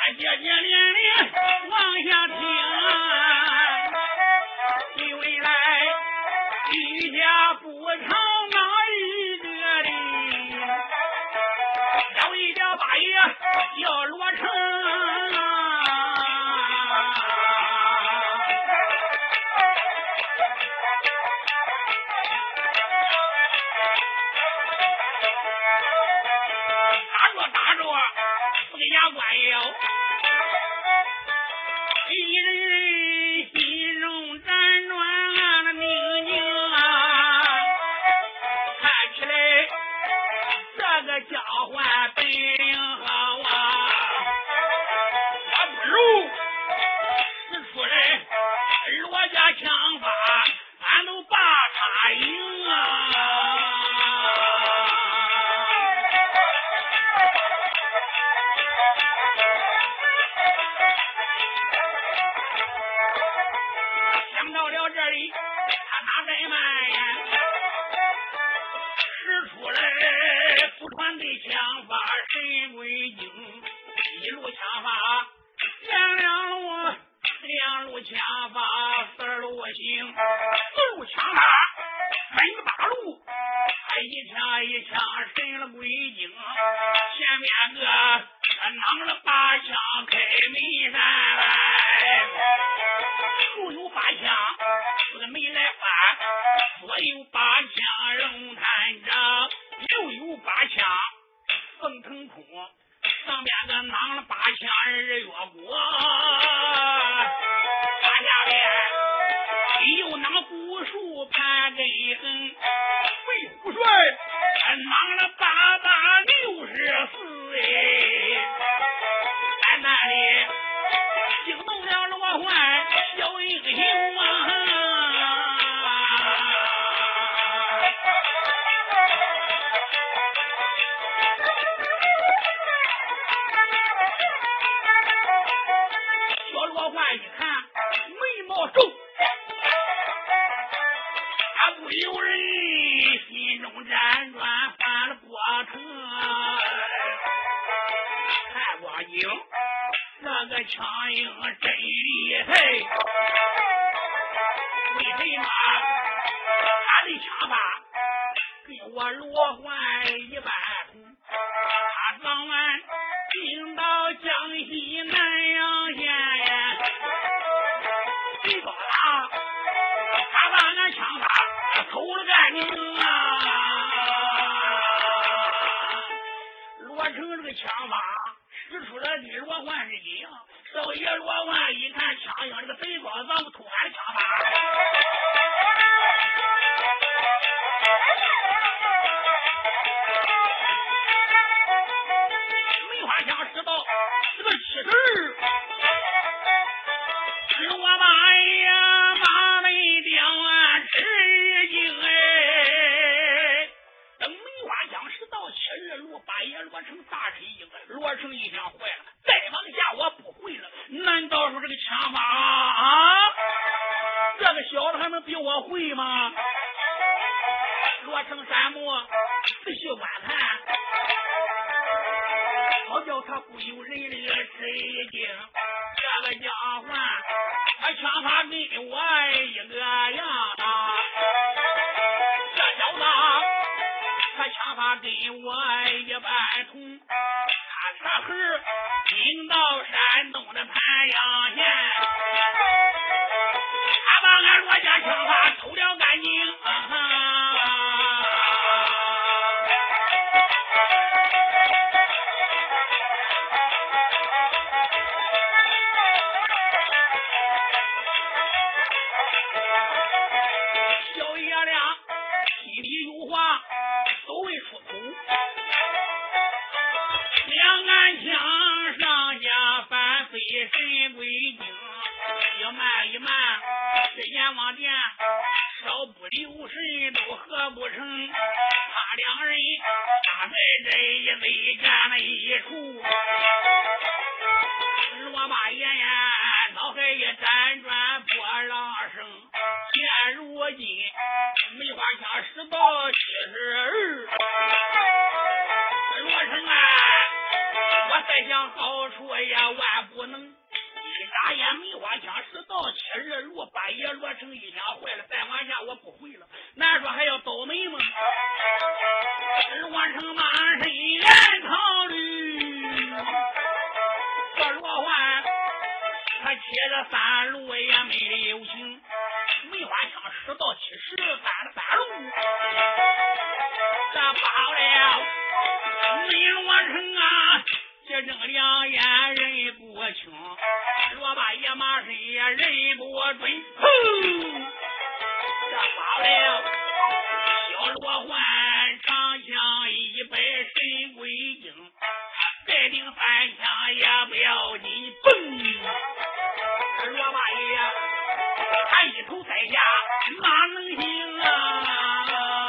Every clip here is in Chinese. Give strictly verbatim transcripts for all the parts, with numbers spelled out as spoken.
姐姐连连往下听，因为来一家不成哪一个的，有一家八爷叫罗成，打着打着不给牙关哟，一人心中辗转的宁静啊，看起来这个交换本领好啊，还不如使出来罗家枪法，俺都把他赢啊。想到了这里，他哪怠慢呀？使出来不传对枪法，神归经，一路枪法，两两路，两路枪法，四路行，四路枪法，分八路，还一枪一枪神了归经，前面个囊了八枪开眉山来，后有八枪这个没来翻，左有八枪龙探长，右有八枪凤腾空，上边个囊了八枪日月国，他下边又囊古树盘根横，魏虎帅囊了八八六十四哎，单单的惊动了罗焕小英雄啊！小罗焕一看眉毛皱，他不由人心中辗转翻了波腾，看光景那个枪影真厉害，为什么他的枪法跟我罗焕一般同？他早晚进到江西南阳县呀，最高他他把俺枪法偷了干净啊！罗成这个枪法使出来跟罗焕是一样，少爷罗焕一看枪影这个贼高，咱们偷俺的枪法。梅花枪使到这个七十，罗八爷马没掉啊吃惊哎！等梅花枪使到七十，罗八爷罗成大吃一惊，罗成一想坏了，再往下我不会了，难道说这个枪法啊，这个小子还能比我会吗？罗成山木仔细观看，好叫他不由人的吃一惊，这个家伙他枪法跟我一个样啊，这小子他枪法跟我一般同，他他儿进到山东的盘阳县，他把俺罗家枪法偷了干净啊！小爷俩心里有话都未出口，两杆枪上下翻飞神归经，一慢一慢这阎王殿稍不留神都合不成，他两人打在这一堆站了一处，罗八爷呀脑海一辗转波浪声，现如今梅花枪使到七十二，罗成啊，我在再想好说也万不能。一眨眼梅花枪十到七日路，八爷罗成一想坏了，再往下我不会了，难说还要倒霉吗？罗成满身暗考虑，这罗焕他接着三路也没有情，梅花枪十到七十三十三路，这罢了没罗成啊，这睁两眼认不清，罗八爷马身也认不准，哼，这罢了小罗焕长枪一百神归经，再顶三枪也不要紧，嘣！罗八爷他一头栽下哪能行啊？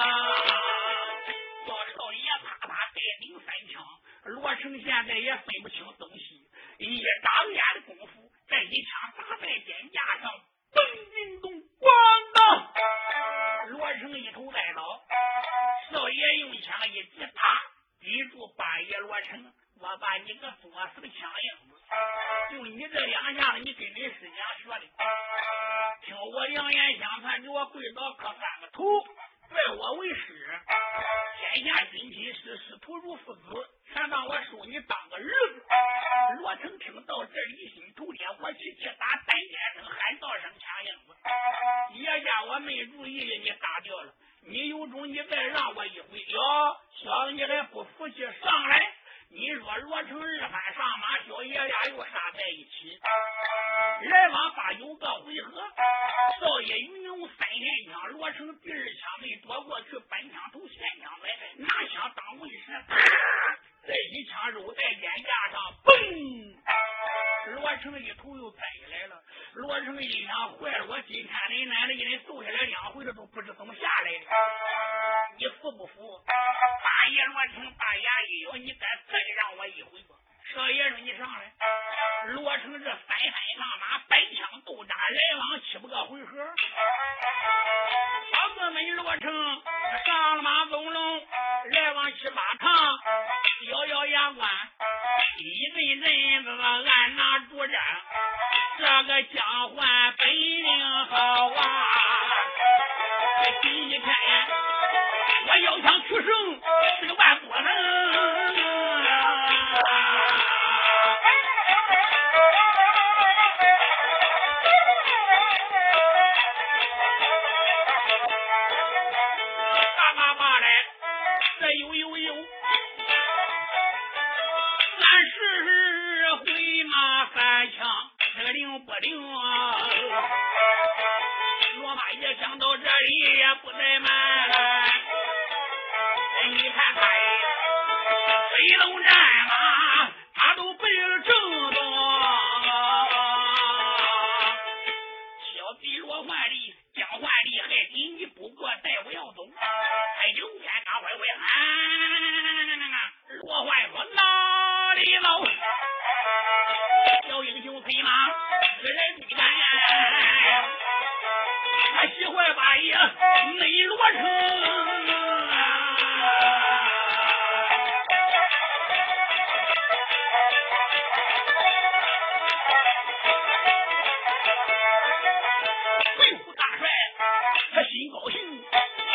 老少爷啪啪再顶三枪，罗成现在也分不清东西，一眨眼的功夫，这一枪打在肩胛上，嘣叮咚咣当，罗成一头栽倒。少爷用枪一击，啪抵住八爷罗成，我把你个作死的枪影子，就你这两下子，你跟你师娘说的，听我良言相传，给我跪倒磕三个头，拜我为师，天下君亲师，师徒如父子，全让我收你当个儿子。罗成听到这一心头天，我去去打三天声，喊道声枪影子，爷家我没注意你打掉了，你有种你再让我一回，哟，小子你还不服气，上来！你说罗成二番上马，小爷俩又杀在一起，来往八九个回合，少爷云用三连枪，罗成第二枪没躲过去，本枪头前枪来，拿枪当卫士，啪！这一枪肉在肩胛上，嘣！罗成一头又栽下来了。罗成一想，坏了，我今天你奶奶一人瘦下来两回了，都不知怎么下来的。你服不服？大爷罗成大牙一咬，你敢再让我一回吧？少爷说你上来。罗成这三番上马，摆枪斗扎，来往七八个回合。小子们，罗成上了马走龙，来往七八趟，咬咬牙关，一阵阵子按捺主战。这个江环本领好啊！今天我要想取胜，是个万不能。爸爸爸来，这有有有，三十回马三枪。这个灵不灵啊？罗马爷想到这里也不怠慢，你看他飞龙战马，他都背了正东。小弟罗焕力，江焕厉害，紧你不过带我要走。哎呦，天赶快快喊！罗焕说哪里走？小英雄催马，此人追赶，他喜欢八爷内罗成。贵府大帅他心高兴，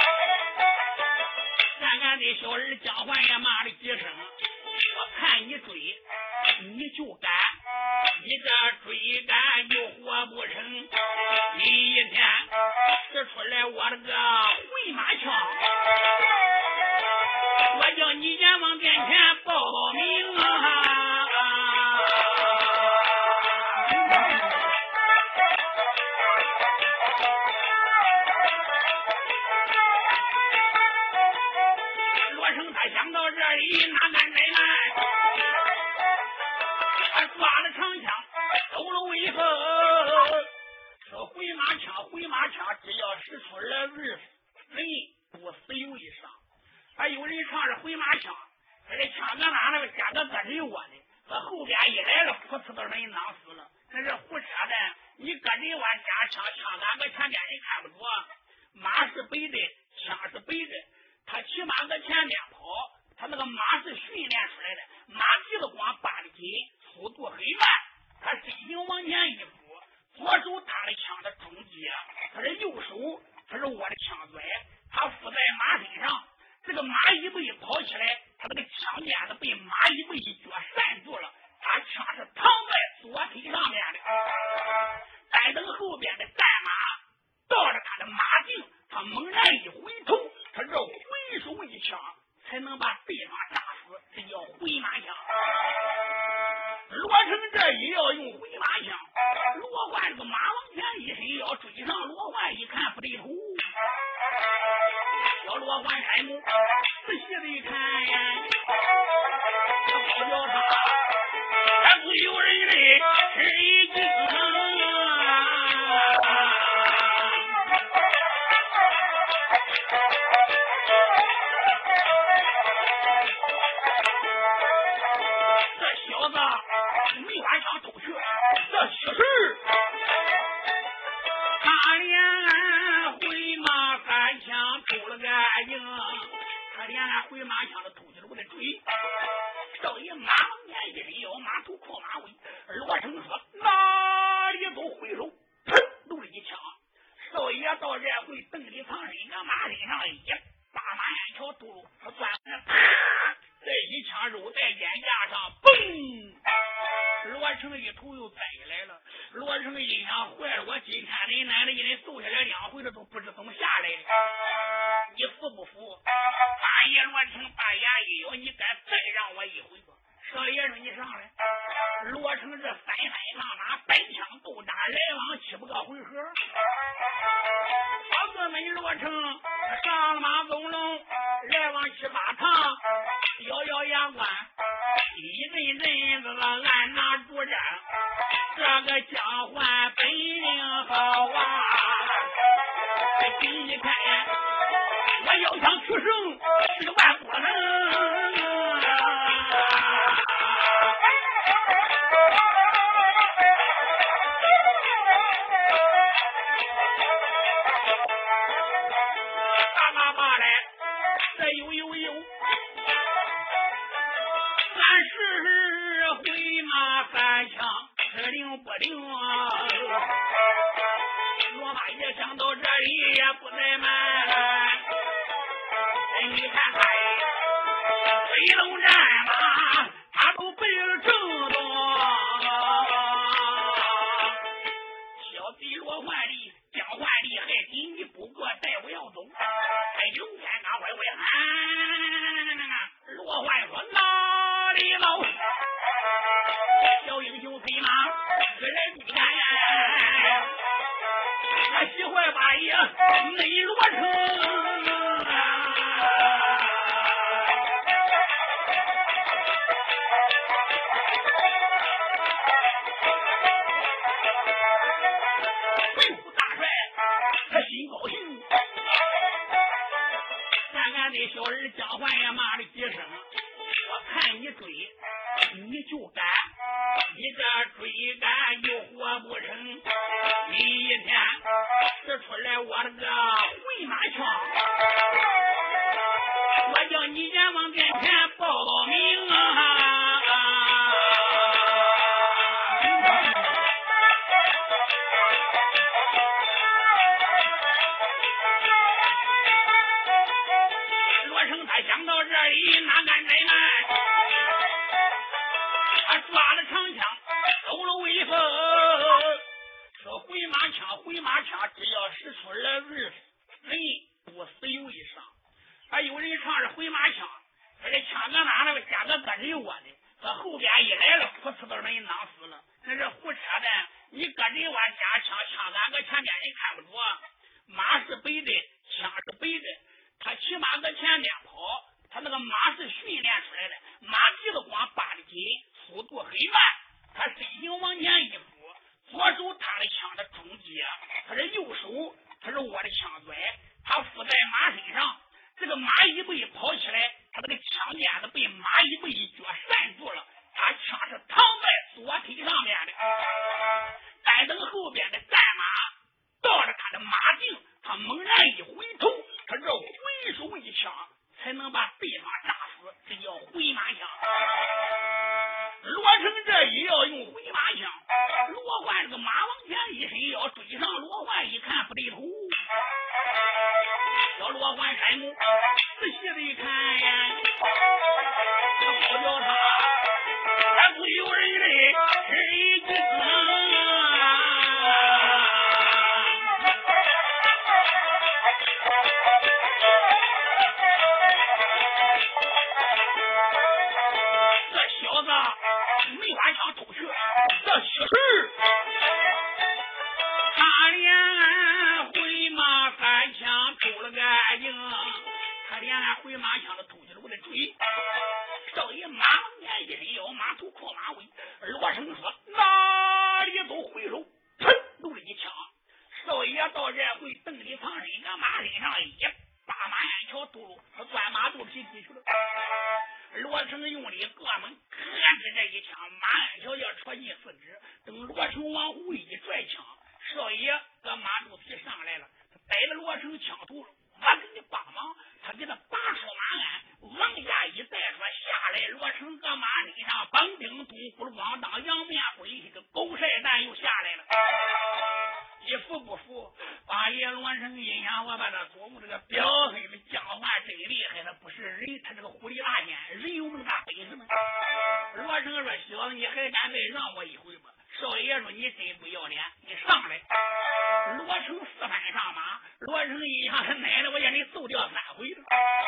看看这小人江焕也骂了几声，我看你追你就赶，你这追赶就活不成。第一天使出来我这个回马枪，我叫你阎王面前报报名啊！罗成他想到这里哪敢怠慢，他抓了长枪走了为何？说回马枪回马枪只要使出来二人不死有一伤。还有人唱着回马枪，这个枪杆哪那个加个搁人窝的，这后边一来了噗呲的人囊死了。那是胡扯的，你搁人窝加枪，枪杆搁前边人看不着，马是北的，枪是北的，他骑马搁前边跑， 他那个马是训练出来的，马蹄子光八的紧，速度很慢。他身形往前一步，左手搭了枪的中节，他的右手他是握着枪嘴，他附在马身上。这个马一背跑起来，他这个枪尖子被马一背一脚扇住了，他枪是躺在左腿上面的。再等后边的战马到了他的马颈，他猛然一回头，他这回手一枪才能把对方打死，这叫回马枪。罗成这也要用回马枪，罗焕这个马往前一伸要追上罗焕，一看不对头，小罗焕开目仔细的一看呀，他好叫他他自有人类吃一惊没法想偷去，这其实他连回马三枪偷了干净，他连俺回马枪都偷起了我的嘴。少爷马往前一伸腰，马头靠马尾。罗成说哪里都回手，砰，露了一枪。少爷到这回蹬里藏身在马身上一把马眼条堵，他钻了，啪，这一枪肉在肩胛上，嘣。罗成一头又栽下来了。罗成一想，坏了，我今天人奶奶一人瘦下来两回了，都不知怎么下来的。你服不服？大爷罗成把牙一咬，你敢再让我一回吧？少爷说你上来。罗成这三三上马，摆枪斗打，来往七八个回合。好哥们罗成上了马走龙，来往七八趟，咬咬牙关，一阵阵子按拿主战，这个江换本领好啊！今一看我要想取胜十万不能。爸爸爸来，这有有有三十回马三枪，是灵不灵啊？罗马也想到这里也不怠慢，你看他飞龙战马，他都背了正东。小弟罗焕丽江焕厉害，紧急不过带我要走。哎，有天赶快会喊罗焕说哪里老小英雄飞马个人不看，他喜欢把爷内罗成回府大帅他心高兴，看看这小人江焕也骂了几声，我看你追你就赶，你这追赶又活不成，你一天使出来我这个回马枪，我叫你阎王面前报报名啊！罗成他想到这里哪敢怠慢，他抓了长枪走了威风，说回马枪回马枪只要使出了日人不死有一伤。还有人唱着回马枪，他这枪搁哪了加个个人窝的，他后边一来了噗呲的人囊死了。那是胡扯的，你个人窝加枪，枪杆搁前边人看不着，马是背的枪是背的，他骑马搁前边跑，他那个马是训练出来的，马蹄子光八的紧，速度很慢。他身形往前一步，左手搭了枪的中节，他的右手他是握着枪嘴，他附在马身上。这个马一背跑起来，他这个枪尖子被马一背一脚扇住了，他枪是躺在左腿上面的。再等后边的战马到了他的马颈，他猛然一回头，他这回手一枪才能把对方打死，这回马枪的偷起了我的锤。少爷马年一伸腰，马头靠马尾。罗成说：“哪里都回手！”砰，又是一枪。少爷到这回蹬里藏身，搁马身上一把马眼桥嘟噜，他钻马肚皮底去了。罗成用力各门看着这一枪，马眼桥要戳进四肢。等罗成往后一拽枪，少爷搁马肚皮上来了，他逮着罗成枪头，我给你帮忙。他给他拔出马鞍，往下一带说下来。罗成搁马身上绑钉咚咕噜咣当，仰面滚一个狗晒蛋又下来了。你服不服？八爷罗成心想，我把他祖母这个表黑的讲话真厉害，他不是人，他这个狐狸大仙，人有那么大本事吗？罗成说：“小子，你还敢再让我一回吗？”少爷说：“你真不要脸，你上来。”罗成四攀上马，罗成一想，他奶奶，我让你揍掉三回了。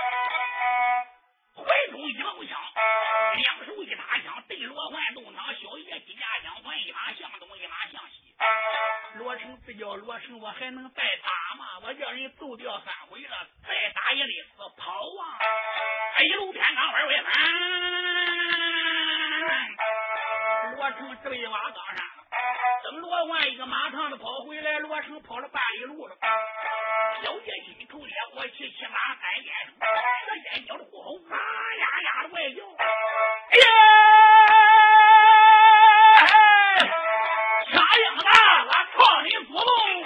怀中一毛枪，两手一打枪，对罗环动枪，小爷几架枪换一马向东，一马向西。罗成这叫罗成，我还能再打吗？我叫人揍掉三回了，再打也得死，跑啊！哎，一路天罡玩为反，罗成这一瓦岗上了。等罗环一个马趟子跑回来，罗成跑了半里路了。小爷心头烈火气，起马三鞭声，舌尖叫的呼吼，啊呀呀的外叫，哎呀！枪样子，我靠你祖宗！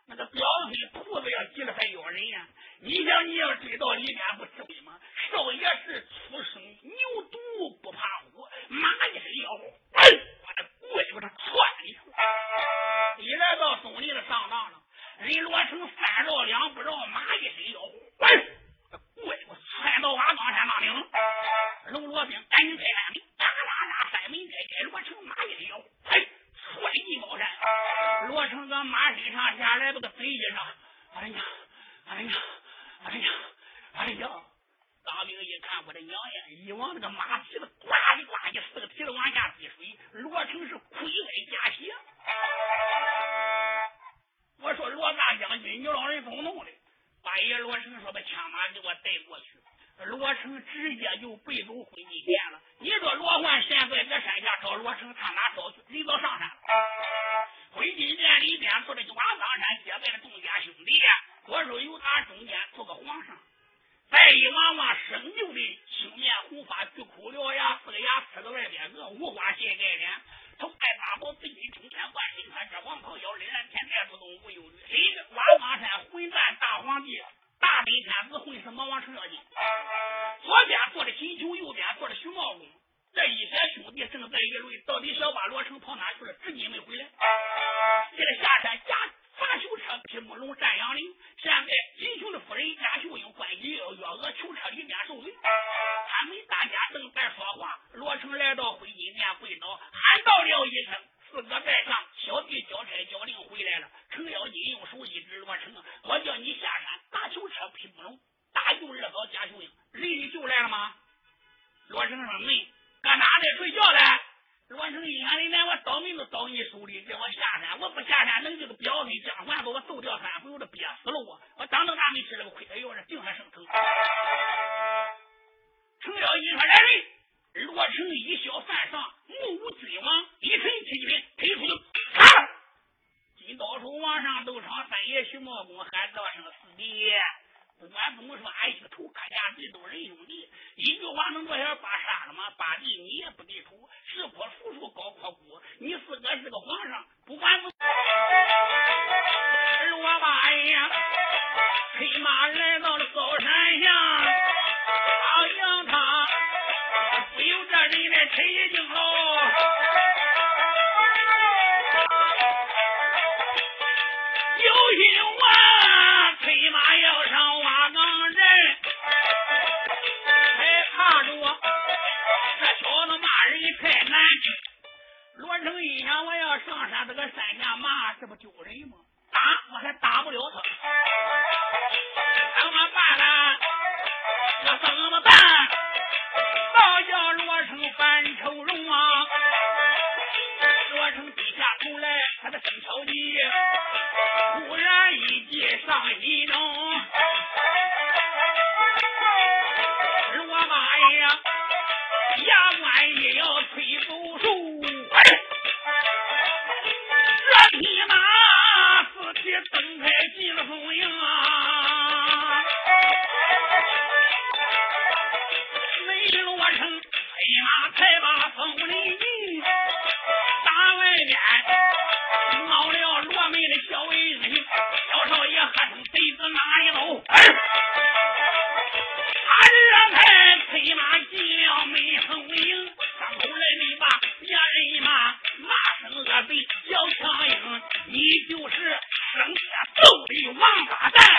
那个表孙兔子要急了还咬人呀！你想你要追到里边不吃亏吗？少爷是出生牛犊不怕虎，马一声吆喝，哎，我的跪我这窜一出，一来到松林的上当了，人罗成三绕两不绕，马一声吆喝，哎，跪我窜到瓦岗山那顶，龙罗兵赶紧开山门，哒哒哒山门开开，罗成马一声吆喝，哎，窜进高山，罗成搁马身上下来，这个飞机上，哎呀，哎呀，哎呀，哎呀！当兵一看，我的娘呀！一往那个马蹄子呱唧呱唧，四个蹄子往下滴水，罗成是亏外加血。我说罗大将军，你让人怎么弄的？八爷罗成说把枪马给我带过去，罗成直接就背走婚祭殿了。你说罗焕现在搁山下找罗成，他哪找去？人早上山了。婚祭殿里边坐着瓦岗山结拜的众家兄弟，左手有他中间坐个皇上。再一望望生就的青面红发巨窟獠牙，四个牙呲在外边个五花线盖脸，头戴八宝紫金冲天冠，身穿这黄袍腰，凛然天带不动无忧虑。谁知瓦岗山混战大皇帝大北天子混世魔王程咬金，左边坐着秦琼，右边坐着徐茂公。这一些兄弟正在议论，到底小把罗成跑哪去了？至今没回来。为了下山驾伐囚车匹木龙战杨凌，现在秦琼的夫人贾秀英关机要约俄囚车里边受罪。他们大家正在说话，罗成来到会金殿跪倒，喊道了一声：“四哥在上，小弟交差交令回来了。”程咬金用手一指罗成：“我叫你下山打囚车匹木龙，大救二嫂贾秀英，人你救来了吗？”罗成说：“没。”搁哪里睡觉嘞？罗成一想，你连我倒霉都倒你手里，叫我下山，我不下山能这个彪飞江环把我斗掉三回，我都憋死了我！我当着俺没吃了个亏，哎呦，这净还生疼。程咬金说：“来人！”罗成一笑犯上，目无君王，一沉七品，推出去，啊！金刀手往上斗场，三爷徐茂公喊道声：“四弟！”不管怎么说，俺一个头磕下地都人兄弟，一句话能多少把杀了吗？八弟你也不对头，是棵树树高棵骨，你四哥是个皇上，不管不。罗八爷催马来到了高山下，好让他不由这人来吃惊喽。有心啊，催马要上瓦岗人，还怕着我这小子骂人太难听。罗成一想，我要上山这个山下骂，这不丢人吗？打我还打不了他，怎么办呢？我怎么办？倒叫罗成犯愁容啊！罗成低下头来，他的身朝地，忽然一记上心中。罗八爷牙关也要吹走树，这匹马四蹄蹬开进了风营啊！没罗成催马才把风林打外边闹了罗门的小为人，小少爷喝声贼子哪里走？他这才催马进了门风营，上头来没把别人骂，骂声恶贼小强英，你就是生下揍你王八蛋！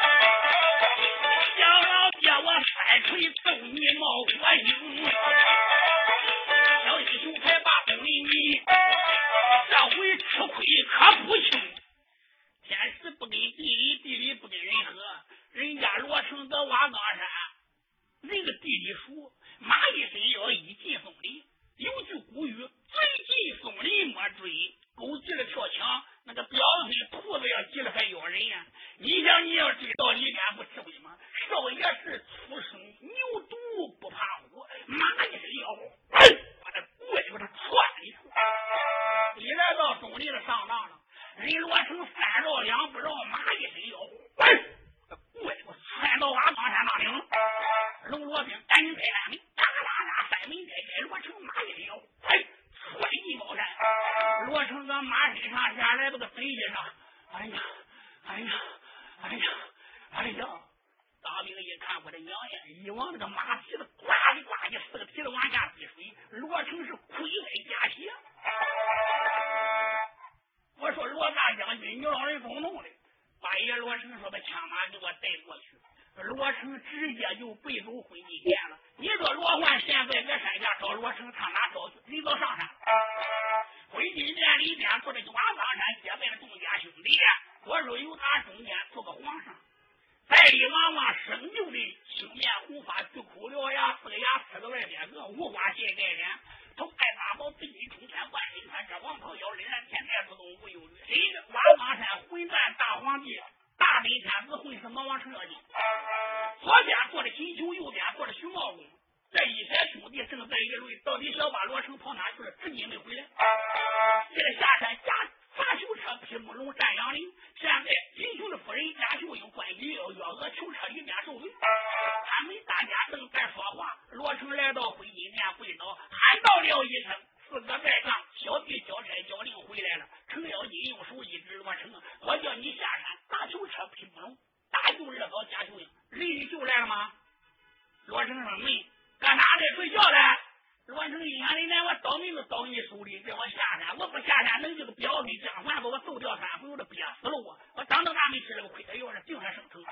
小老爹我三锤揍你冒火星，小英雄才把风林你这回吃亏可不轻。天时不跟地理，地理不跟人和，人家罗成搁瓦岗山，人个地里熟，马一伸腰一进松林。有句古语：最近松林莫追，狗急了跳墙，那个彪孙兔子要急了还咬人呀！你想你要追到里边不吃亏吗？少爷是出生牛犊不怕虎，马一伸腰，哎，把他跪把他窜一出，一来到松林了上当了。人罗成三绕两不绕，马一伸腰，哎，跪我窜到瓦岗山那顶，龙罗兵赶紧开山门，哒哒哒山门开开，罗成马一伸腰，哎，窜进高山。罗成搁马身上下来，这个飞机上，哎呀， 呀，哎呀，哎呀！大兵一看我的娘呀，一往这个马蹄子呱唧呱唧四个蹄子往下滴水，罗成是亏歪加血。我说罗大将军，你老人中怒的，八爷罗成说把枪马给我带过去。罗成直接就背走回祭殿了。你说罗焕现在在山下找罗成，上哪找去？你到上山。回祭殿里边坐着九王当山结拜的众家兄弟，我说由他中间做个皇上。代理王王生就的青面红发，巨哭獠牙，四个牙呲个外边个，五花线盖脸，头戴八宝，飞机冲天，万身穿这王袍腰，凛然天台自动无忧虑。谁的王当山混战大皇帝，大北天子混是魔王程咬金。左边坐着金球，右边坐着徐茂公。这一些兄弟正在议论，到底小把罗成跑哪去了？至今没回来。这个下山驾杂修车匹木龙战杨林，现在金球的夫人贾秀英关羽要约俄囚车里边受罪。他们大家正在说话，罗成来到会金殿跪倒，喊道了一声：“四个在上，小弟交差交令回来了。”程咬金用手一指罗成：“我叫你下山，大囚车匹木龙，大救热嫂贾秀英，人你救来了吗？”罗成说：“没。”干啥的？睡觉的。罗成一想，你连我倒命都倒你手里，叫我下山，我不下山能这个表弟江环把我揍掉三回，我都憋死了我。我当当大没吃了个亏的，要是净还生成。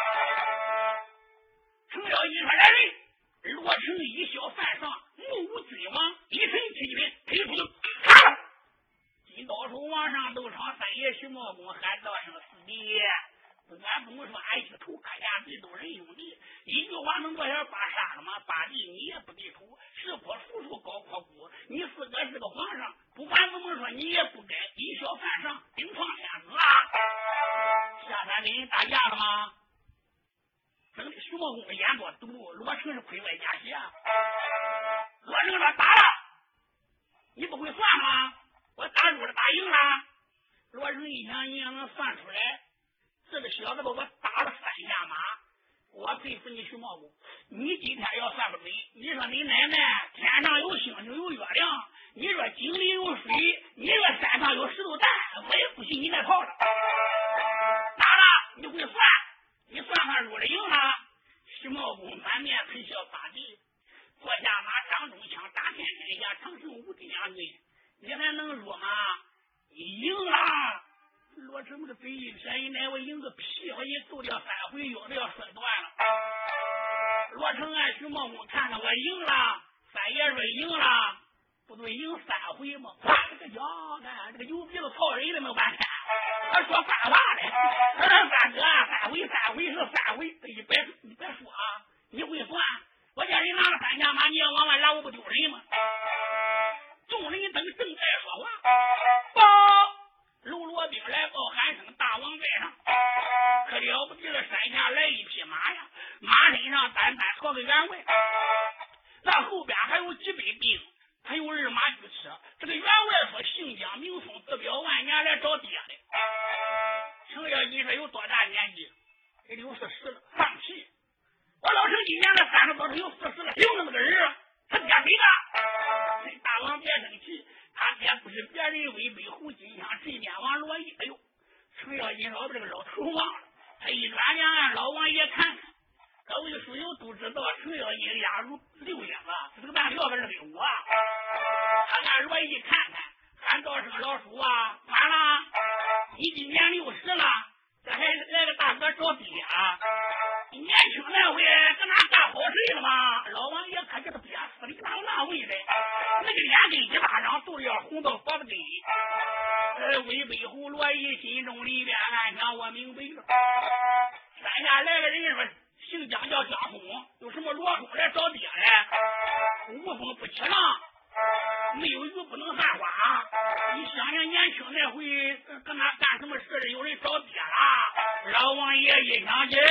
程咬金说：“来人！”罗成一笑犯上，目无君王，一身七品，推出杀！金刀手往上斗场，三爷徐茂公喊道声：“四弟！”不管怎么说，俺一头磕下地都人兄弟，一句话能多少把杀了吗？八弟你也不对头，是棵树树高阔骨，你四个是个皇上，不管怎么说你也不该以小犯上，顶撞天子啊！下山跟人打架了吗？整的徐茂公的眼多毒，罗成是亏外加血。罗成说打了，你不会算吗？我打输了打赢了。罗成一想，你也能算出来。这个小子把我打了三下马，我佩服你徐茂公，你今天要算不准，你说你奶奶天上有星星有月亮，你说井里有水，你说山上有石头蛋，我也不信你那套了。打了你会算，你算算输了赢了。徐茂公满面推笑，八弟坐下马，掌中枪，打遍天下，长生无敌将军，你还能输吗？你赢了。罗成的嘴一撇，奶我赢个屁！我一揍掉三回，腰都要摔断了。罗成按徐茂公看看我赢了，三爷说赢了，不对，赢三回吗？哇，这个叫看这个油鼻子操人的没有半天，他说反话的。他说三哥，三回三回是三回，你别你别说啊，你会算？我叫人拿了三下马，你要往外拉，我不丢人吗？众人等正在说话，报。喽啰兵来报喊声，大王在上。可了不得了，山下来一匹马呀，马身上单单驮个员外，那后边还有几百兵，还有二马驱车。这个员外说姓姜名松，自表万年来找爹的。程咬金说有多大年纪？也六四十了，放屁！我老成今年的三十多岁，有四十了，有那么个人，他爹谁的？大王别生气。他爹不是别人，威北胡金香镇边王罗毅。哎呦，程咬金说把这个老头忘了。他一转眼让老王爷看看，各位书友都知道程咬金俩如六爷子，这个半六个人给我。他看罗毅看看，喊道声老叔啊，完了，你今年六十了，这还来个大哥找爹啊？年轻那回搁哪干好事了吗？老王爷可叫他憋死里哪有那味的？那个脸跟一巴掌都要红到脖子根。呃，魏北虎罗毅心中里边暗想，我明白了。山下来个人说姓姜叫姜松，有什么罗松来找爹来？无风不起浪，没有雨不能散花。你想想年轻那回搁哪干什么事有人找爹了？老王爷一想起。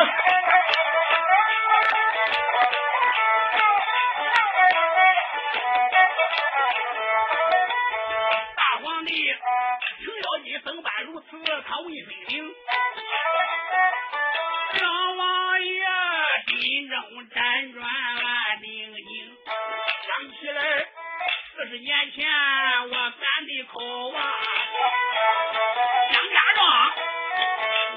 大皇帝程咬金登班如此，他为谁灵？老王爷心中辗转万定经，想起来四十年前我干的口啊，杨家庄我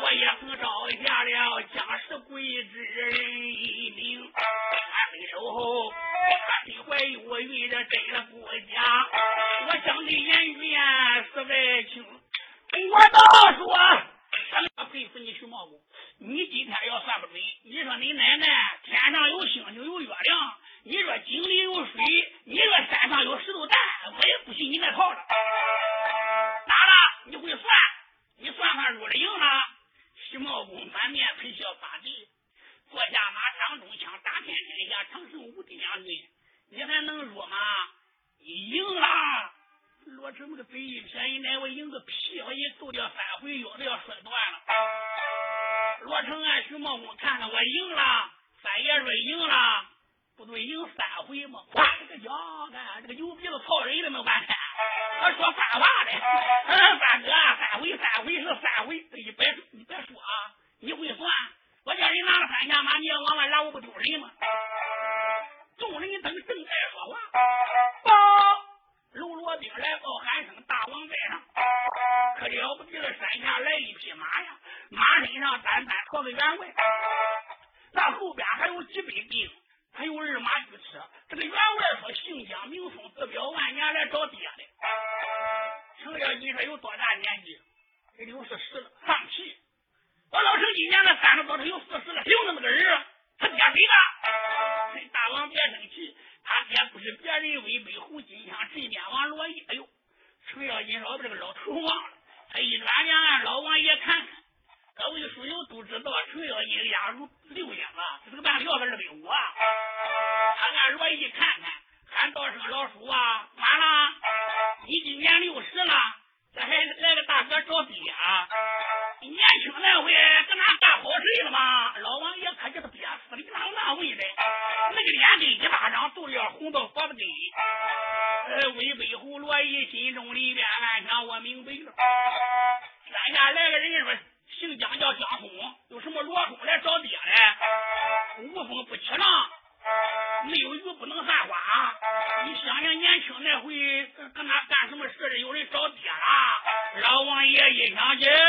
我也曾招下了将士贵之人一名，俺回首后他身怀有孕这真了不假，我想的言语言实在清，我倒说想佩服你徐茂公，你今天要算不准，你说你奶奶天上有星星有月亮，你说井里有水，你说山上有石头蛋，我也不信你那套了。咋了？你会算？你算算入了营了？徐茂公满面陪笑发地，坐下马张中枪，打遍天下，长胜无敌将军，你还能入吗？你赢了。罗成那个嘴一撇，一来我赢个屁，我一斗掉三回，腰都要摔断了。罗成按徐茂公看看我赢了，三爷说赢了，不对，赢三回吗？哇，这个叫看这个牛鼻子操人的没完看，他说反话的，嗯，大哥，三回三回是三回，你别你别说啊，你会算，我叫人拿了三下马，你要往外拉，我不丢人吗？众人等正在说话，报喽啰兵来报喊声，大王在上，可了不得了，山下来一匹马呀，马身上单单驮个员外，那后边还有几百兵，还有二马御车。这个员外说姓姜名松，自表万年来找爹的。程咬金说有多大年纪？也有四十了，放弃。我老程今年的三十多，他有四十了，有那么个人，他爹谁的？大王别生气，他爹不是别人，魏北胡金香镇边王罗毅。哎呦，程咬金说我把这个老头忘了。他一转眼让老王爷看看，各位书友都知道程咬金押入六营啊，这个办票的二百五啊。他按罗毅看看，喊道声老叔啊，完了，你今年六十了，这还来个大哥找爹啊？年轻那回跟他干好事了吗？老王爷可叫他憋死了，哪有那回的？那个脸跟一巴掌都要红到脖子根。呃，魏北胡罗毅心中里边暗想，我明白了。山下来个人说姓姜叫姜松，有什么罗松来找爹来？无风不起浪，没有雨不能散花。你想想年轻那回跟他干什么事有人找爹了？老王爷一想就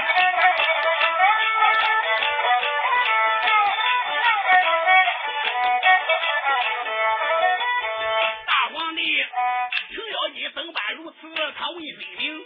大皇帝程咬金登班如此，他为谁名？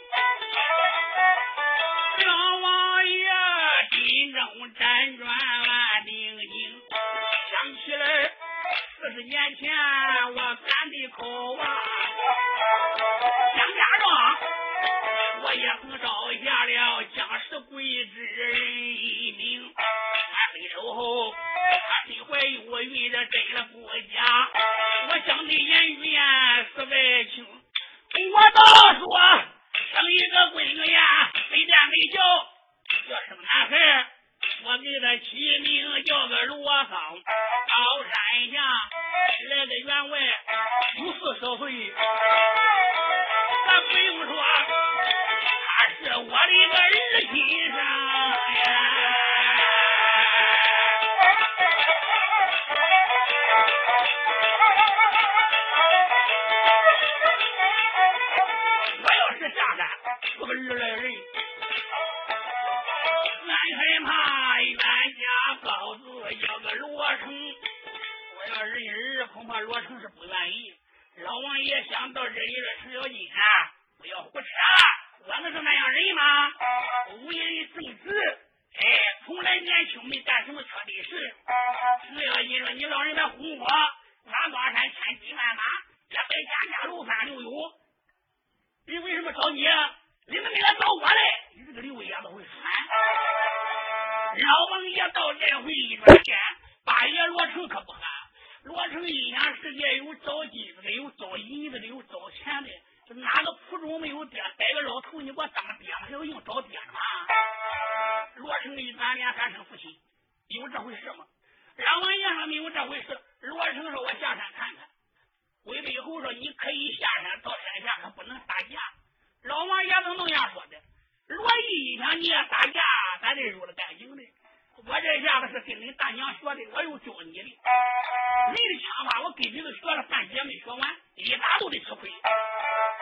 老王爷心中辗转万定心，想起来四十年前我干的口啊，蒋家庄我也曾招下了将士贵之人一名，俺回首后他身怀有孕，这真了不假，我想的言语言实在清，我倒说生一个闺女呀，非但没叫叫什么男孩，我给他起名叫个罗桑。高山下来个员外有四十岁，咱不用说他是我的一个儿亲上呀。我要是下山出个日来人，俺害怕冤家高子叫个罗成，我要认儿恐怕罗成是不愿意。老王爷想到这里了，程咬金啊，不要胡扯，我们是那样人吗？无人正直，哎，从来年轻没干什么缺德事。程咬金说你老人家哄我，俺高山千军万马，也别家家楼三六有，你为什么找你？你怎么没来找我嘞？你这个刘爷子会传。老王爷到这回一转天，八爷罗成可不喊。罗成一想世界有找金子的，有找银子的，有找钱的，这哪个苦中没有爹？逮个老头你给我当爹吗？还要硬找爹吗？罗成一转脸喊声父亲，有这回事吗？老王爷还没有这回事。罗成说我下山看看。魏北侯说你可以下山，到山下可不能打架。老王爷都那样说的。罗毅一想你也打架，咱得入了干净的。我这下子是跟你大娘学的，我又教你的。你的枪法我跟你都学了半截没学完，一打都得吃亏。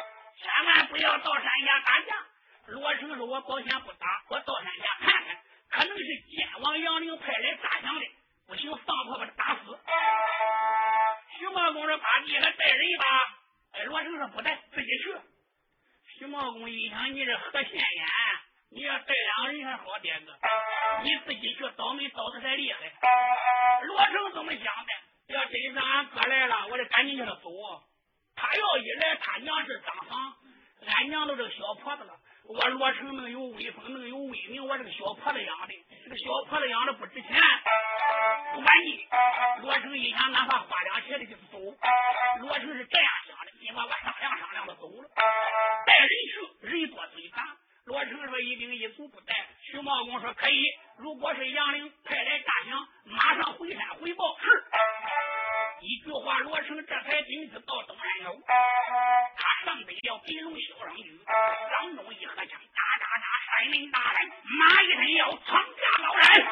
千万不要到山下打架。罗成说我保险不打，我到山下看看， 可能是监王杨凌派来打响的，不行放炮把他打死。徐茂公说八弟还带人吧？哎，罗成说不带，自己去。徐茂公一想，你这何现眼，你要带两个人还好点个，你自己去倒霉倒的太厉害。罗成怎么想的？要真是俺哥来了，我得赶紧叫他走。他要一来，他娘是张房，俺娘都是个小婆子了。我罗成能有威风，能有威名，我这个小婆子养的，这个小婆子养的不值钱，不满意。罗成一想，哪怕花两钱的就走。罗成是这样想的，今晚我商量商量的走了。带人去，人多嘴杂。罗成说一兵一卒不带。徐茂公说可以，如果是杨凌派来诈降，马上回山回报。是。一句话，罗成这才顶子到东山口。他上得了飞龙小上去，掌中一合枪，哒哒哒，山林大来，马一声要闯下高山。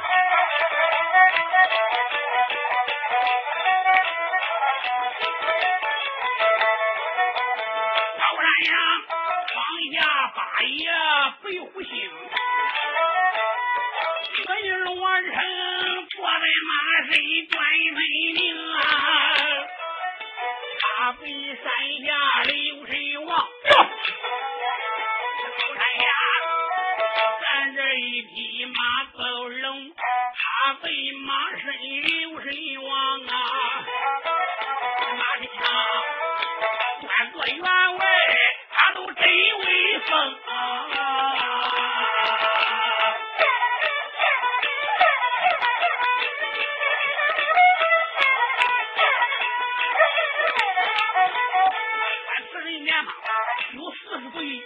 高山上放下八爷北虎星，所以罗成坐在马身端美名啊，他北山下流水望。高山下咱这一匹马走龙，他北马身流水望啊，马身上官做员外，他都真威风啊。四十年嘛，有四十岁，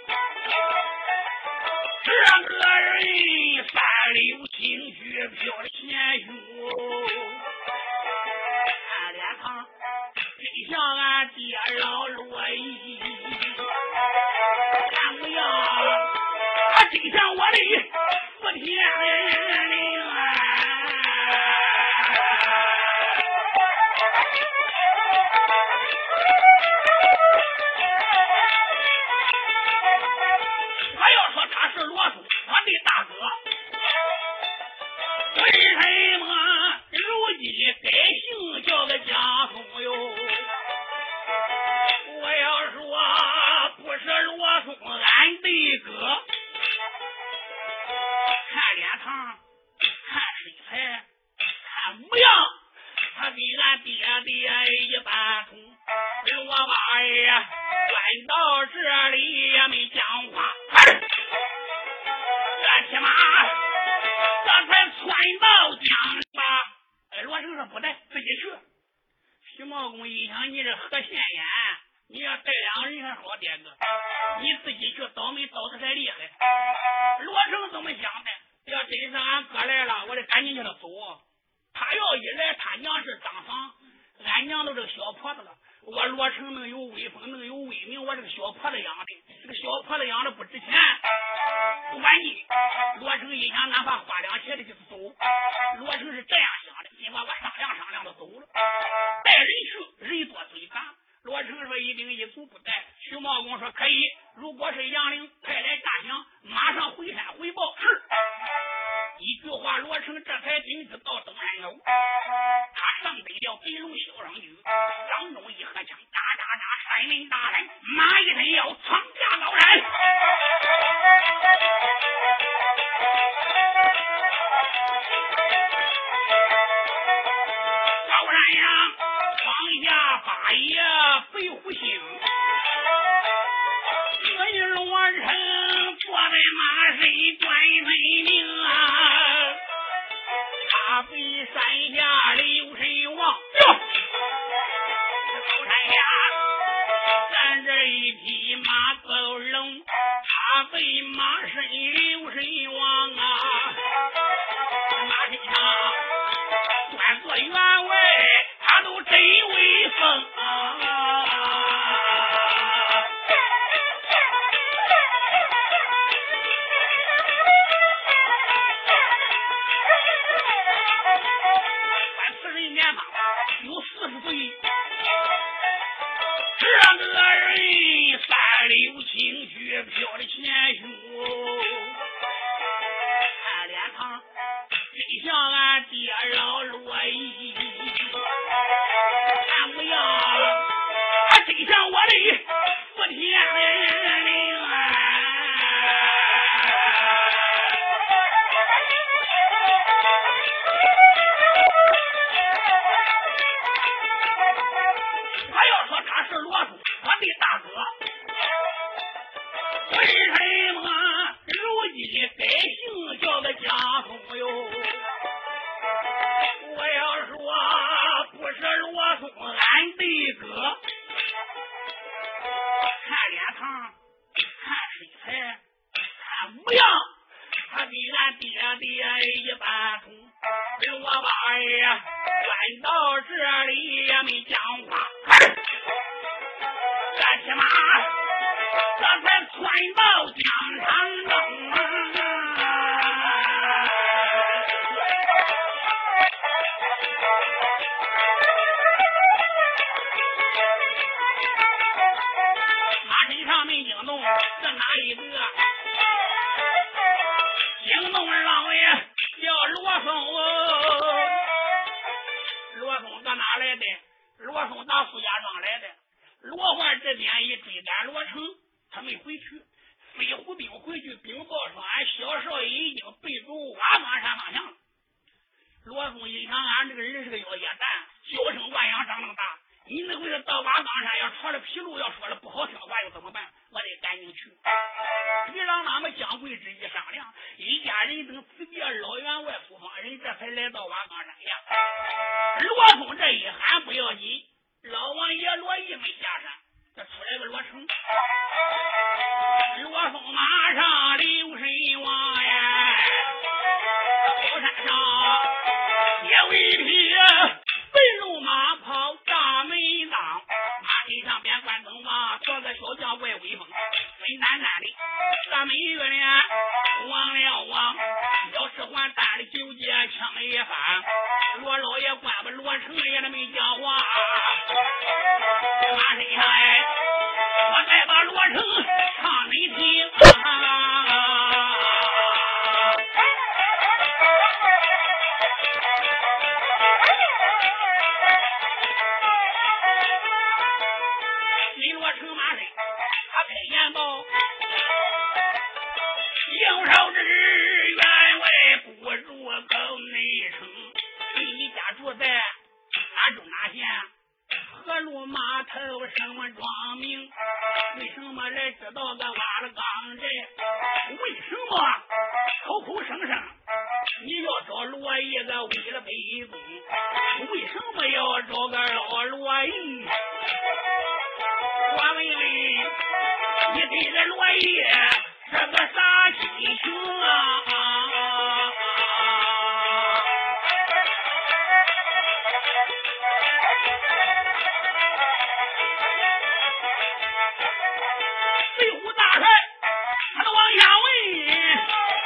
这个人三流清血飘的前胸，俺脸庞真像俺爹老罗毅，看模样他真像我的福天灵啊。我要说他是罗叔我的大哥，为什么如今改姓叫个江松哟？我要说不是罗叔俺的哥，看脸庞看身材看模样，他比俺爹爹一般同。罗八爷转到这里也没讲话，这起码这才窜到江吧。哎，罗成说不带，自己去。徐茂公一想，你这何现眼，你要带两个人还好点个，你自己去倒霉倒的太厉害。罗成怎么想的？要真是俺哥来了，我得赶紧叫他走。他要一来，他娘是张房，俺娘都是个小婆子了。我罗成能有威风，能有威名，我这个小婆子养的，这个小婆子养的不值钱，不满意。罗成一想，哪怕花两钱的就走。罗成是这样想的，今晚我商量商量的走了。带人去，人多嘴杂。罗成说一兵一卒不带。徐茂公说可以，如果是杨凌派来诈降，马上回山回报。是。一句话，罗成这才顶子到东山口。他上得了飞龙小上去，掌中一合枪，哒哒哒，山林大来，马一声要闯下高山。高山上放下八爷北虎星，所以罗成坐在马身端美名啊，他北山下流水望。高山下咱这一匹马走龙，他北马身流水望啊，马身上官做员外，他都真威风啊。四十年嘛，有四十岁，这个人三流清血飘的前胸，看脸庞真像俺爹老罗毅，俺不要，他真像我的福天灵啊！我要说他是罗叔，我的大哥，为什么如今改姓叫个家松哟？我要说不是罗松，俺的哥，看脸堂，看身材，看模样，他比俺爹爹一般同。罗八爷转到这里也没讲话，这起码这才窜到疆场中啊！马身上没惊动是哪一个？惊动老爷叫罗松哦。罗松到哪来的？罗松到苏家庄来的。罗焕这边一追赶罗成，他没回去。飞虎兵回去禀报说，俺小少爷已经被逐瓦岗山方向了。罗松一想，俺这个人是个要叶蛋，娇生惯养长那么大，你那回到瓦岗山要穿了皮路，要说了不好听话又怎么办？我得赶紧去。别让他们将贵之意商量，一家人等辞别老员外书房人，这才来到瓦岗山下。罗松这一喊不要紧，老王爷罗毅没下山，这出来个罗成。罗松马上留神望呀，高山上也为匹白龙马跑大门当，马身上边关灯王做个小将怪威风，分淡淡的大美月亮望了望，要是还单的九节枪一翻，罗老爷关不罗成也都没讲话。马身上哎，我再把罗成唱你听啊！李罗成马身，他开言道：应少之员外不入口内城，对你家住在哪州哪县？何路码头什么庄名？为什么来知道个挖了岗寨？为什么口口声声你要找罗毅个为了北宗？为什么要找个老罗毅？我问问你，对这罗毅是个啥心情啊？飞虎大帅他都往下问，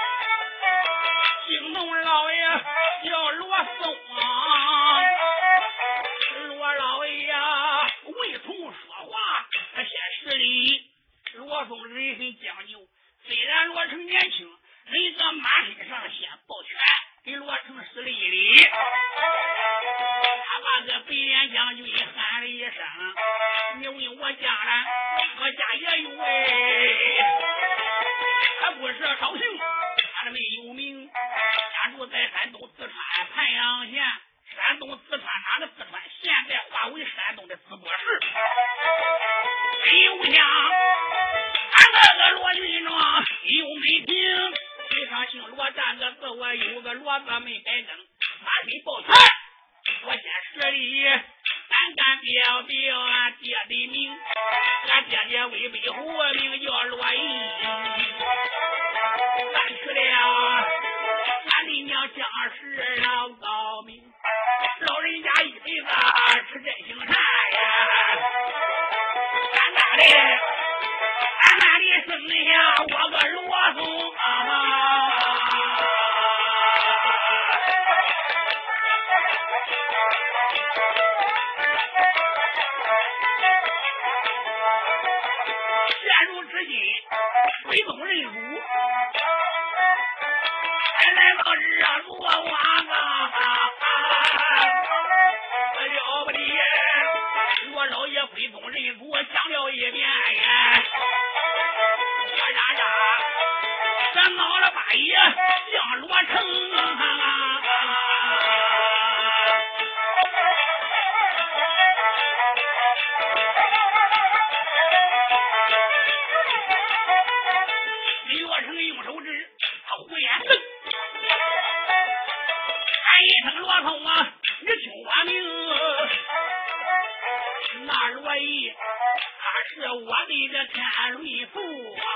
惊动老爷叫罗松啊，罗老爷未从说话，他先施礼。罗松人很讲究，虽然罗成年轻，人在马身上先抱拳给罗成施了一礼。他把个北脸将军喊了一声：你问我家了，我家也有哎，他不是绍兴，他的没有名，家住在山东四川盘阳县。山东四川哪个四川？现在划为山东的淄博市。真有像俺那个罗云庄有没听？嘴上姓罗占个字，我有个罗字没改正。马身抱拳，我先施礼，胆敢表表俺爹的名，俺爹爹为北虎名叫罗毅，咱去了俺的娘将士老高明，老人家一辈子吃真行善呀，俺那里俺那里生下我个罗松啊！现如至今，北宗人主，俺俺来到这做王啊，了不得！我老爷归宗认祖讲了一遍呀，我嚷嚷，咱闹了八爷降罗城啊！李若成用手指，他胡言哼，喊一声罗通啊，你听我名。那罗毅他是我的这天瑞父啊，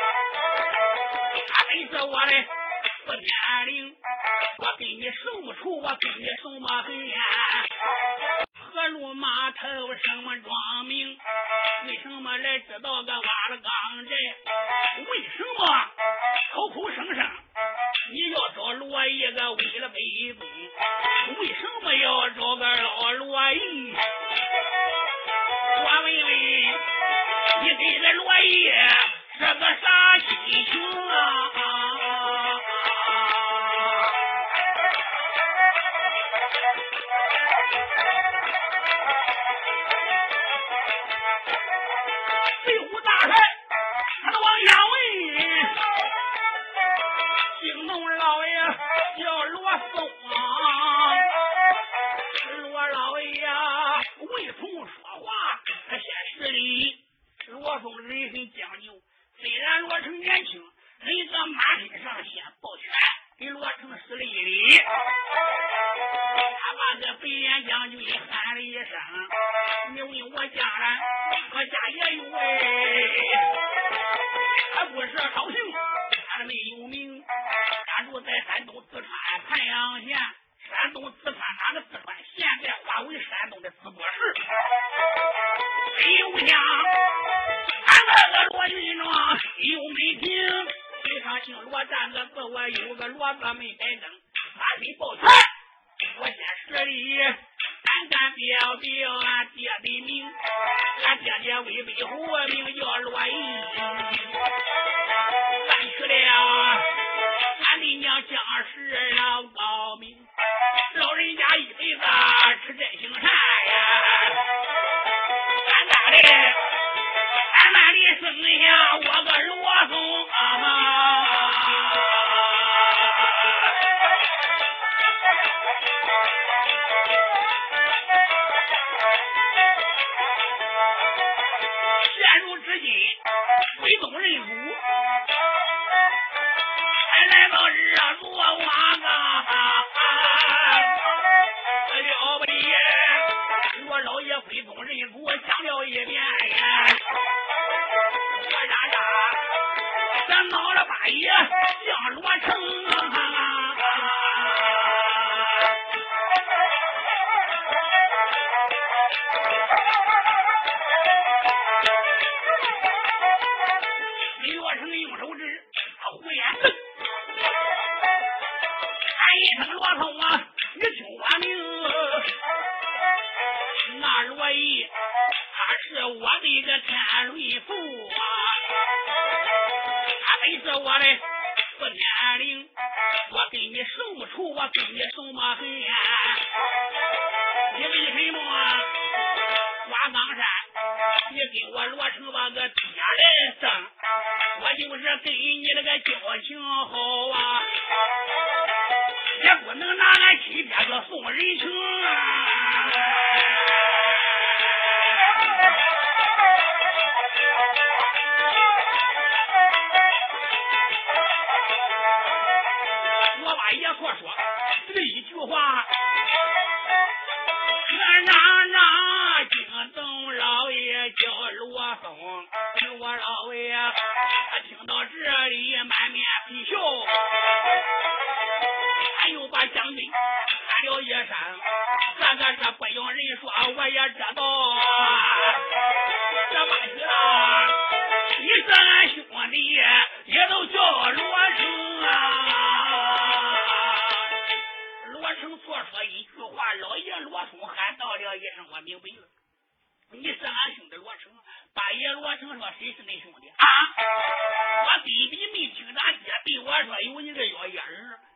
他本是我的四天灵，我跟你什么仇，我跟你什么恨呀？河路码头什么庄名？为什么来知道个挖了钢寨？为什么口口声声你要找罗毅个为了北宗？为什么要找个老罗毅？我问问你，给这罗毅是个啥心情啊？队伍大帅他都往下问，惊动老爷叫罗松啊，罗老爷呀，未从说话，他先施礼。罗松人很讲究，虽然罗成年轻，人在马身上先抱拳给罗成施了一礼。他把这北脸将军喊了一声：“你问我家人，我家也有哎，他不是高兴，他没有名，家住在山东四川盘阳县。山东四川哪个四川？现在划为山东的淄博市。北有乡，俺那个罗云庄有没听？嘴上姓罗占个字，我有个罗字没改正，马身抱拳。我先施礼，俺干表表俺爹的名，俺爹爹为北虎名叫罗毅，咱去了俺的娘将士老高明，老人家一辈子吃真行善呀，俺家的俺那里生下我个罗松啊，现如至今归宗认祖，还来到这做王啊，了不得！我老爷归宗认祖讲了一遍呀，我嚷嚷，咱闹了八爷降罗城啊！李若成用手指，他胡言哼，喊一声罗通啊，你听我名。那罗毅他是我的个天瑞父啊，他本是我的四天灵，我跟你什么仇，我跟你什么恨呀？你为什么挖冈山？你跟我罗成把个爹人生，我就是跟你那个交情好啊，也不能拿俺亲爹个送人情啊！我把爷说说这一句话，可让让惊动老爷叫罗松，罗老爷他听到这里满面皮笑，他又把将军喊了一声，这个是不用人说我也知道，这把去了，你是俺兄弟也都叫罗成啊。罗成错说一句话，老爷罗松喊到了一声，我明白了，你是俺兄弟罗成。八爷罗成说谁是你兄弟啊？我弟弟没听咱爹对我说有一个小野人，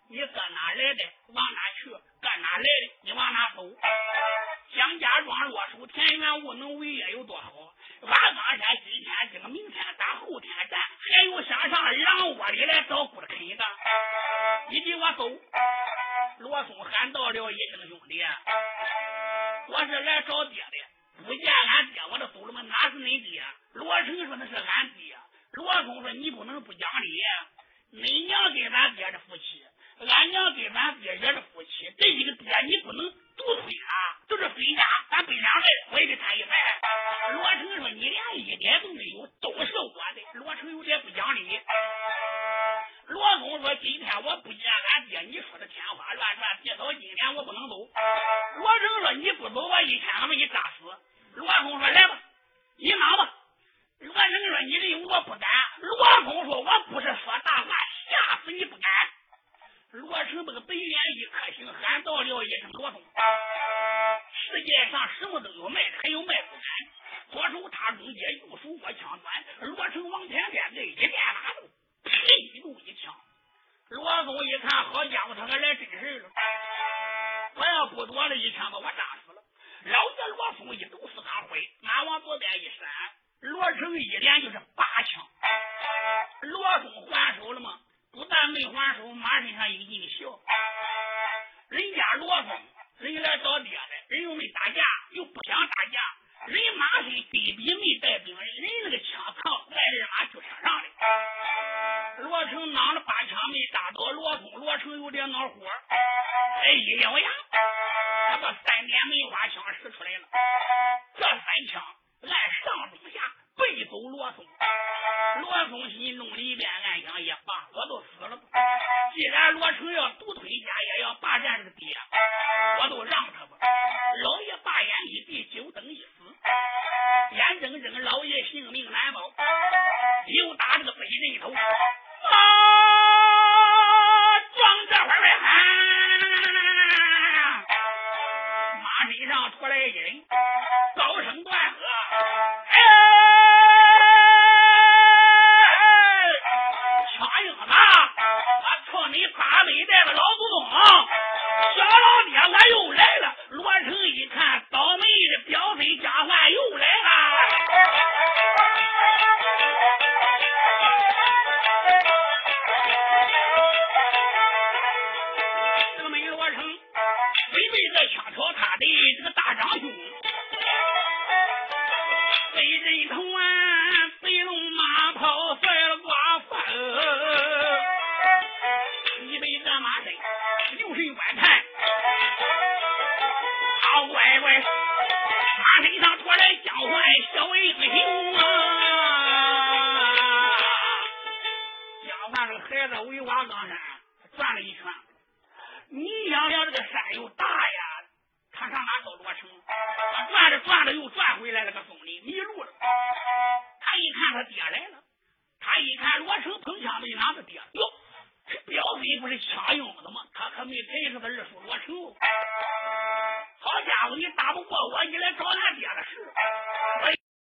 你搁哪来的？往哪去？干哪来的？你往哪走？蒋家庄落守田园无能为业有多好？俺刚才今天这个明天打后天战，还有想上狼窝里来找骨头啃的。你给我走！罗松喊到了一声兄弟，我是来找爹的，不见俺爹我就走了吗？哪是恁爹？罗成说那是俺爹。罗松说你不能不讲理，恁娘跟咱爹是夫妻，俺娘跟咱爹也是夫妻，这一个爹你不能独推他，就是分家，咱分两份，我也给他一份。罗成说你连一点都没有，都是我的。罗成有点不讲理。罗松说今天我不见俺爹，你说的天花乱转，这到今天我不能走。罗成说你不走，我一天我把你炸死。罗松说来吧，你拿吧。罗成说你认我不敢。罗松说我不是说大话，吓死你不敢。罗成这个白眼一颗星，喊到了一声罗松。世界上什么都有卖的，还有卖不敢。左手踏中间，右手握枪端，罗成往前边这一边拉住，呸住一枪。罗松一看，好家伙，他可来真事了。我要不躲了一枪，把我炸死了。老爷罗松一抖四行灰，马往左边一闪，罗成一连就是八枪。罗松还手了吗？不但没还手，马身上一一笑。人家罗松人来找爹的，人又没打架，又不想打架，人马身非比没带兵，人那个枪藏在人马就车上的。罗成拿了八枪没打倒罗松，罗成有点恼火，哎，一咬牙，他把三点梅花枪使出来了。这三枪按上中下背走罗松。罗松心中里边暗想也罢，我都死了。既然罗成要独吞家业，要霸占这个爹，我都让他吧。老爷把眼一闭，九等一死，眼睁睁老爷性命难保，又打这个北人头。啊！壮这会儿喊，马身上出来一人，高声断喝：“哎！枪英子，我操你八辈代的老祖宗！小老爹，我又来了！”罗成一看，倒霉的表妹家坏又来了。枪朝他的这个大长兄，被人头啊，飞龙马炮摔了刮翻，一被这马身留神观看，好乖乖，马身上脱来江淮小英雄啊！江淮这个孩子围瓦岗山转了一圈，你想想这个山又大呀，他上哪找罗成？他转着转着又转回来了个松林，迷路了。他一看他爹来了，他一看罗成碰枪没拿着爹，哟，这表妹不是枪用的吗？他可没陪着他二叔罗成。好家伙，你打不过我，你来找俺爹的事。